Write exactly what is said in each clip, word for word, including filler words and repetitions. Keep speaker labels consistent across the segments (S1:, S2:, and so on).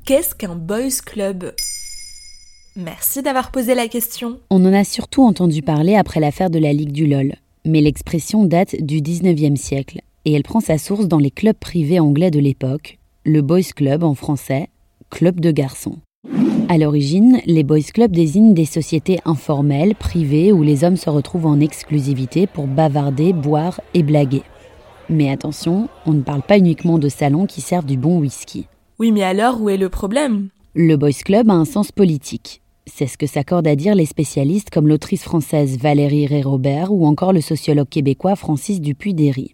S1: Qu'est-ce qu'un boys club ? Merci d'avoir posé la question.
S2: On en a surtout entendu parler après l'affaire de la Ligue du LOL. Mais l'expression date du dix-neuvième siècle et elle prend sa source dans les clubs privés anglais de l'époque, le boys club en français, club de garçons. À l'origine, les boys clubs désignent des sociétés informelles, privées, où les hommes se retrouvent en exclusivité pour bavarder, boire et blaguer. Mais attention, on ne parle pas uniquement de salons qui servent du bon whisky.
S1: Oui, mais alors où est le problème ?
S2: Le boys club a un sens politique. C'est ce que s'accordent à dire les spécialistes comme l'autrice française Valérie Rey-Robert ou encore le sociologue québécois Francis Dupuy-Derry.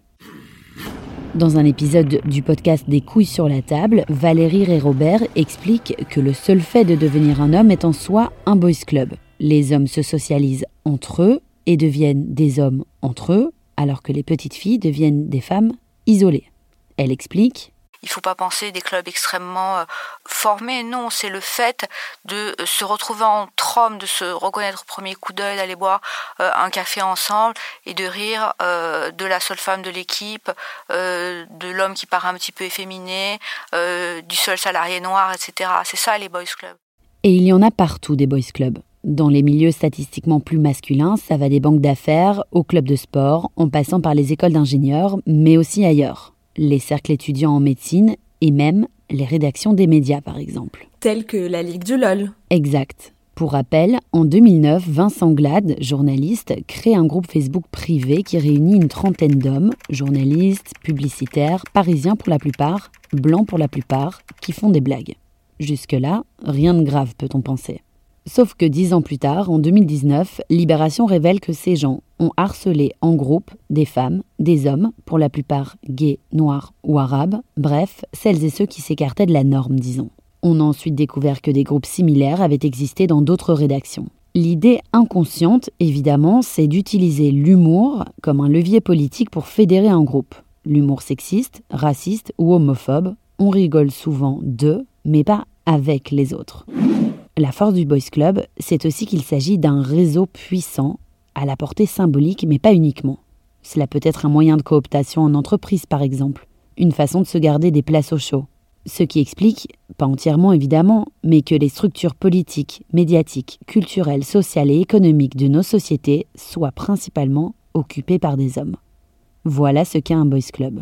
S2: Dans un épisode du podcast Des couilles sur la table, Valérie Rey-Robert explique que le seul fait de devenir un homme est en soi un boys club. Les hommes se socialisent entre eux et deviennent des hommes entre eux, alors que les petites filles deviennent des femmes isolées. Elle explique:
S3: il ne faut pas penser des clubs extrêmement euh, formés, non, c'est le fait de euh, se retrouver entre hommes, de se reconnaître au premier coup d'œil, d'aller boire euh, un café ensemble et de rire euh, de la seule femme de l'équipe, euh, de l'homme qui paraît un petit peu efféminé, euh, du seul salarié noir, et cetera. C'est ça les boys clubs.
S2: Et il y en a partout des boys clubs. Dans les milieux statistiquement plus masculins, ça va des banques d'affaires aux clubs de sport, en passant par les écoles d'ingénieurs, mais aussi ailleurs. Les cercles étudiants en médecine et même les rédactions des médias, par exemple.
S1: Telles que la Ligue du LOL.
S2: Exact. Pour rappel, en deux mille neuf, Vincent Glade, journaliste, crée un groupe Facebook privé qui réunit une trentaine d'hommes, journalistes, publicitaires, parisiens pour la plupart, blancs pour la plupart, qui font des blagues. Jusque-là, rien de grave, peut-on penser. Sauf que dix ans plus tard, en deux mille dix-neuf, Libération révèle que ces gens ont harcelé en groupe des femmes, des hommes, pour la plupart gays, noirs ou arabes, bref, celles et ceux qui s'écartaient de la norme, disons. On a ensuite découvert que des groupes similaires avaient existé dans d'autres rédactions. L'idée inconsciente, évidemment, c'est d'utiliser l'humour comme un levier politique pour fédérer un groupe. L'humour sexiste, raciste ou homophobe, on rigole souvent d'eux, mais pas avec les autres. La force du boys club, c'est aussi qu'il s'agit d'un réseau puissant, à la portée symbolique, mais pas uniquement. Cela peut être un moyen de cooptation en entreprise, par exemple, une façon de se garder des places au chaud. Ce qui explique, pas entièrement évidemment, mais que les structures politiques, médiatiques, culturelles, sociales et économiques de nos sociétés soient principalement occupées par des hommes. Voilà ce qu'est un boys club.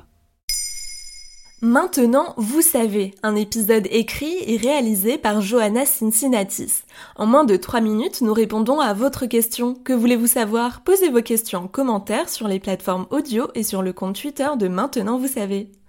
S1: Maintenant, vous savez, un épisode écrit et réalisé par Johanna Cincinnatis. En moins de trois minutes, nous répondons à votre question. Que voulez-vous savoir ? Posez vos questions en commentaire sur les plateformes audio et sur le compte Twitter de Maintenant, vous savez.